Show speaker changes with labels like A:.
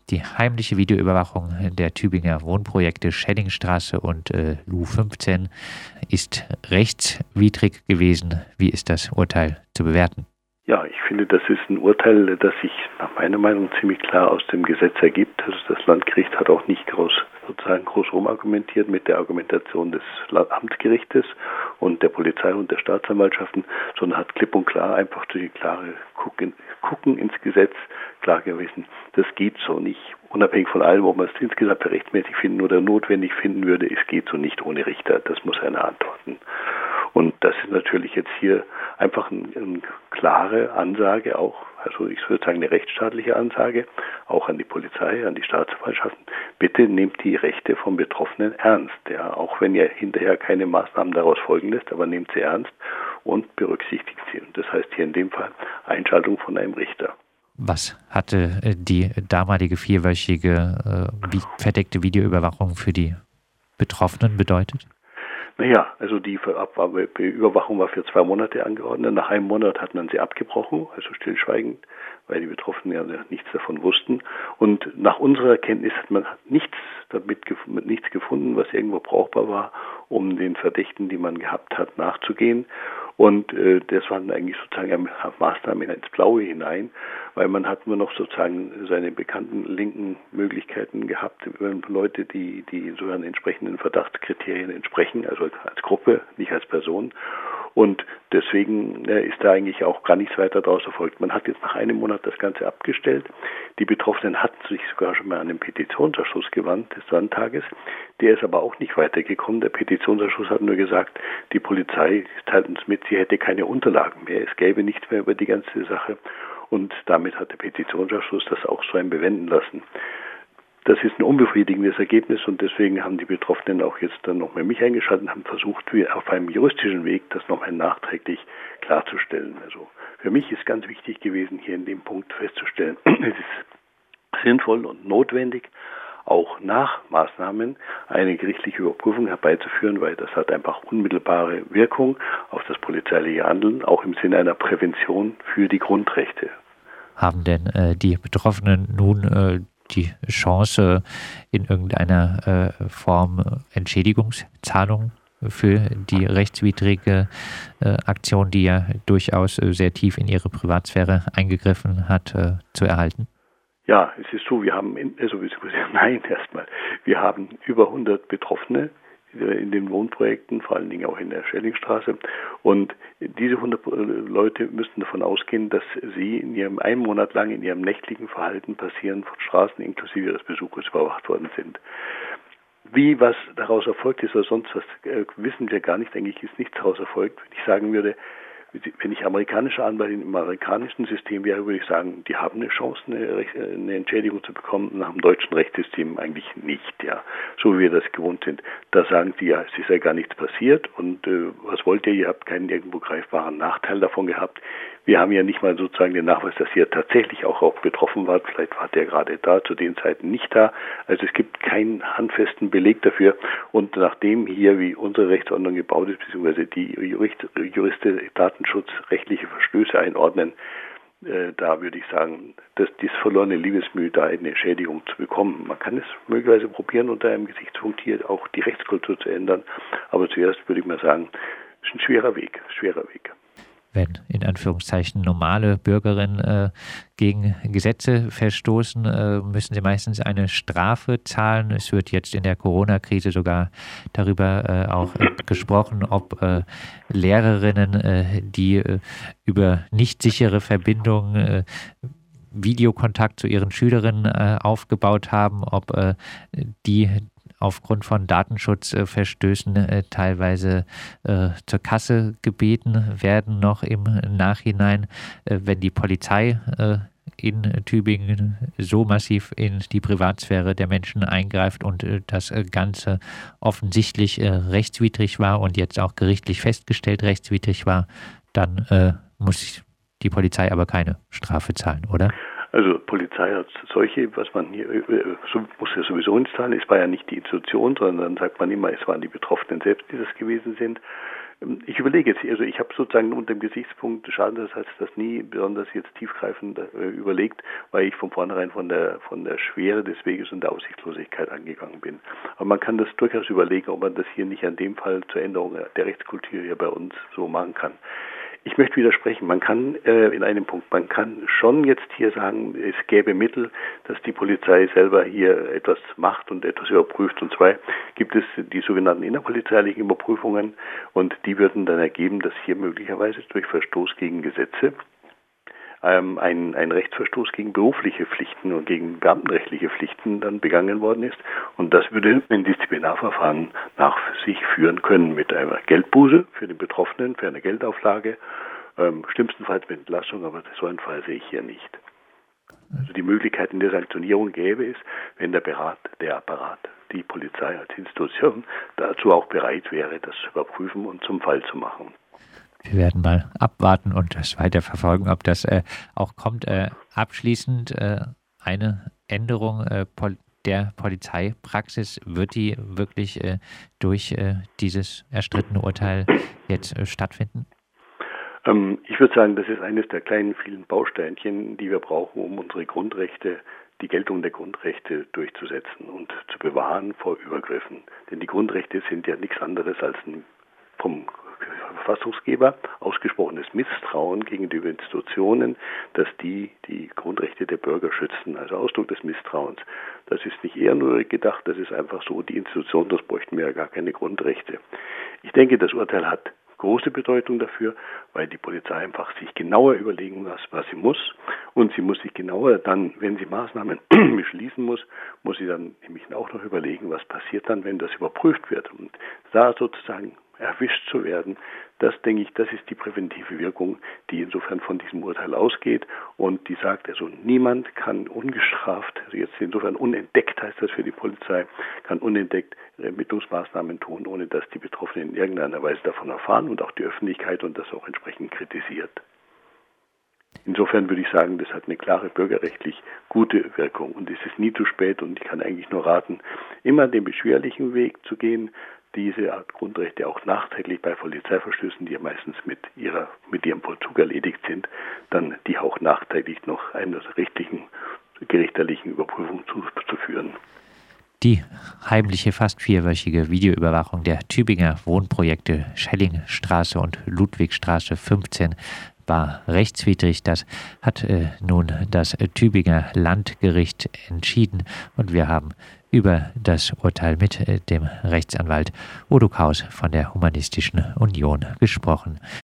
A: Die heimliche Videoüberwachung der Tübinger Wohnprojekte Schellingstraße und Lu 15 ist rechtswidrig gewesen. Wie ist das Urteil zu bewerten?
B: Ja, ich finde, das ist ein Urteil, das sich nach meiner Meinung ziemlich klar aus dem Gesetz ergibt. Also das Landgericht hat auch nicht groß rumargumentiert mit der Argumentation des Amtsgerichtes und der Polizei und der Staatsanwaltschaften, sondern hat klipp und klar einfach durch die klare Gucken ins Gesetz klar gewesen, das geht so nicht. Unabhängig von allem, ob man es insgesamt rechtmäßig finden oder notwendig finden würde, es geht so nicht ohne Richter. Das muss einer antworten. Und das ist natürlich jetzt hier einfach eine klare Ansage auch, also ich würde sagen eine rechtsstaatliche Ansage, auch an die Polizei, an die Staatsanwaltschaften. Bitte nehmt die Rechte vom Betroffenen ernst, ja, auch wenn ihr hinterher keine Maßnahmen daraus folgen lässt, aber nehmt sie ernst und berücksichtigt sie. Und das heißt hier in dem Fall Einschaltung von einem Richter.
A: Was hatte die damalige vierwöchige verdeckte Videoüberwachung für die Betroffenen bedeutet?
B: Naja, also die Überwachung war für 2 Monate angeordnet. Nach einem Monat hat man sie abgebrochen, also stillschweigend, weil die Betroffenen ja nichts davon wussten. Und nach unserer Kenntnis hat man nichts gefunden, was irgendwo brauchbar war, um den Verdächtigen, die man gehabt hat, nachzugehen. Und das waren eigentlich sozusagen Maßnahmen ins Blaue hinein, weil man hat nur noch sozusagen seine bekannten linken Möglichkeiten gehabt, Leute, die so an entsprechenden Verdachtskriterien entsprechen, also als Gruppe, nicht als Person. Und deswegen ist da eigentlich auch gar nichts weiter daraus erfolgt. Man hat jetzt nach einem Monat das Ganze abgestellt. Die Betroffenen hatten sich sogar schon mal an den Petitionsausschuss gewandt des Landtages. Der ist aber auch nicht weitergekommen. Der Petitionsausschuss hat nur gesagt, die Polizei teilt uns mit, sie hätte keine Unterlagen mehr. Es gäbe nichts mehr über die ganze Sache. Und damit hat der Petitionsausschuss das auch so bewenden lassen. Das ist ein unbefriedigendes Ergebnis und deswegen haben die Betroffenen auch jetzt dann nochmal mich eingeschaltet und haben versucht, auf einem juristischen Weg das nochmal nachträglich klarzustellen. Also für mich ist ganz wichtig gewesen, hier in dem Punkt festzustellen, es ist sinnvoll und notwendig, auch nach Maßnahmen eine gerichtliche Überprüfung herbeizuführen, weil das hat einfach unmittelbare Wirkung auf das polizeiliche Handeln, auch im Sinne einer Prävention für die Grundrechte.
A: Haben denn die Betroffenen nun die Chance, in irgendeiner Form Entschädigungszahlung für die rechtswidrige Aktion, die ja durchaus sehr tief in ihre Privatsphäre eingegriffen hat, zu erhalten?
B: Ja, es ist so, wir haben wir haben über 100 Betroffene in den Wohnprojekten, vor allen Dingen auch in der Schellingstraße. Und diese 100 Leute müssen davon ausgehen, dass sie einen Monat lang in ihrem nächtlichen Verhalten passieren von Straßen inklusive ihres Besuches überwacht worden sind. Wie was daraus erfolgt ist oder sonst was, wissen wir gar nicht. Eigentlich ist nichts daraus erfolgt. Wenn ich sagen würde, wenn ich amerikanischer Anwalt im amerikanischen System wäre, würde ich sagen, die haben eine Chance, eine Entschädigung zu bekommen. Nach dem deutschen Rechtssystem eigentlich nicht, ja, so wie wir das gewohnt sind. Da sagen die ja, es ist ja gar nichts passiert und was wollt ihr? Ihr habt keinen irgendwo greifbaren Nachteil davon gehabt. Wir haben ja nicht mal sozusagen den Nachweis, dass ihr tatsächlich auch betroffen wart. Vielleicht wart ihr gerade da, zu den Zeiten nicht da. Also es gibt keinen handfesten Beleg dafür. Und nachdem hier, wie unsere Rechtsordnung gebaut ist, beziehungsweise die Juristen datenschutzrechtliche Verstöße einordnen, da würde ich sagen, dass dieses verlorene Liebesmüh, da eine Entschädigung zu bekommen. Man kann es möglicherweise probieren, unter einem Gesichtspunkt hier auch die Rechtskultur zu ändern. Aber zuerst würde ich mal sagen, es ist ein schwerer Weg.
A: Wenn in Anführungszeichen normale Bürgerinnen gegen Gesetze verstoßen, müssen sie meistens eine Strafe zahlen. Es wird jetzt in der Corona-Krise sogar darüber auch gesprochen, ob Lehrerinnen, die über nicht sichere Verbindungen Videokontakt zu ihren Schülerinnen aufgebaut haben, ob die aufgrund von Datenschutzverstößen teilweise zur Kasse gebeten werden, noch im Nachhinein, wenn die Polizei in Tübingen so massiv in die Privatsphäre der Menschen eingreift und das Ganze offensichtlich rechtswidrig war und jetzt auch gerichtlich festgestellt rechtswidrig war, dann muss die Polizei aber keine Strafe zahlen, oder?
B: Also Polizei als solche, was man hier muss ja sowieso nicht zahlen. Es war ja nicht die Institution, sondern dann sagt man immer, es waren die Betroffenen selbst, die das gewesen sind. Ich überlege jetzt, also ich habe sozusagen unter dem Gesichtspunkt Schadensersatz das nie besonders jetzt tiefgreifend überlegt, weil ich von vornherein von der Schwere des Weges und der Aussichtslosigkeit angegangen bin. Aber man kann das durchaus überlegen, ob man das hier nicht an dem Fall zur Änderung der Rechtskultur hier bei uns so machen kann. Ich möchte widersprechen. Man kann in einem Punkt, man kann schon jetzt hier sagen, es gäbe Mittel, dass die Polizei selber hier etwas macht und etwas überprüft. Und zwar gibt es die sogenannten innerpolizeilichen Überprüfungen und die würden dann ergeben, dass hier möglicherweise durch Verstoß gegen Gesetze ein Rechtsverstoß gegen berufliche Pflichten und gegen beamtenrechtliche Pflichten dann begangen worden ist. Und das würde ein Disziplinarverfahren nach sich führen können mit einer Geldbuße für den Betroffenen, für eine Geldauflage, schlimmstenfalls mit Entlassung, aber so einen Fall sehe ich hier nicht. Also die Möglichkeiten der Sanktionierung gäbe es, wenn der Apparat, die Polizei als Institution dazu auch bereit wäre, das zu überprüfen und zum Fall zu machen.
A: Wir werden mal abwarten und das weiter verfolgen, ob das auch kommt. Abschließend eine Änderung der Polizeipraxis. Wird die wirklich durch dieses erstrittene Urteil jetzt stattfinden?
B: Ich würde sagen, das ist eines der kleinen vielen Bausteinchen, die wir brauchen, um unsere Grundrechte, die Geltung der Grundrechte durchzusetzen und zu bewahren vor Übergriffen. Denn die Grundrechte sind ja nichts anderes als ein vom Verfassungsgeber ausgesprochenes Misstrauen gegenüber Institutionen, dass die Grundrechte der Bürger schützen, also Ausdruck des Misstrauens. Das ist nicht ehrenrührig gedacht, das ist einfach so, die Institutionen, das bräuchten wir ja gar keine Grundrechte. Ich denke, das Urteil hat große Bedeutung dafür, weil die Polizei einfach sich genauer überlegen muss, was sie muss. Und sie muss sich genauer dann, wenn sie Maßnahmen beschließen muss sie dann nämlich auch noch überlegen, was passiert dann, wenn das überprüft wird. Und da sozusagen erwischt zu werden, das denke ich, das ist die präventive Wirkung, die insofern von diesem Urteil ausgeht und die sagt, also niemand kann ungestraft, also jetzt insofern unentdeckt heißt das für die Polizei, kann unentdeckt Ermittlungsmaßnahmen tun, ohne dass die Betroffenen in irgendeiner Weise davon erfahren und auch die Öffentlichkeit und das auch entsprechend kritisiert. Insofern würde ich sagen, das hat eine klare bürgerrechtlich gute Wirkung und es ist nie zu spät und ich kann eigentlich nur raten, immer den beschwerlichen Weg zu gehen, diese Art Grundrechte auch nachträglich bei Polizeiverstößen, die ja meistens mit ihrem Vollzug erledigt sind, dann die auch nachträglich noch einer richtigen gerichterlichen Überprüfung zu führen.
A: Die heimliche, fast vierwöchige Videoüberwachung der Tübinger Wohnprojekte Schellingstraße und Ludwigstraße 15 war rechtswidrig. Das hat nun das Tübinger Landgericht entschieden und wir haben über das Urteil mit dem Rechtsanwalt Udo Kaus von der Humanistischen Union gesprochen.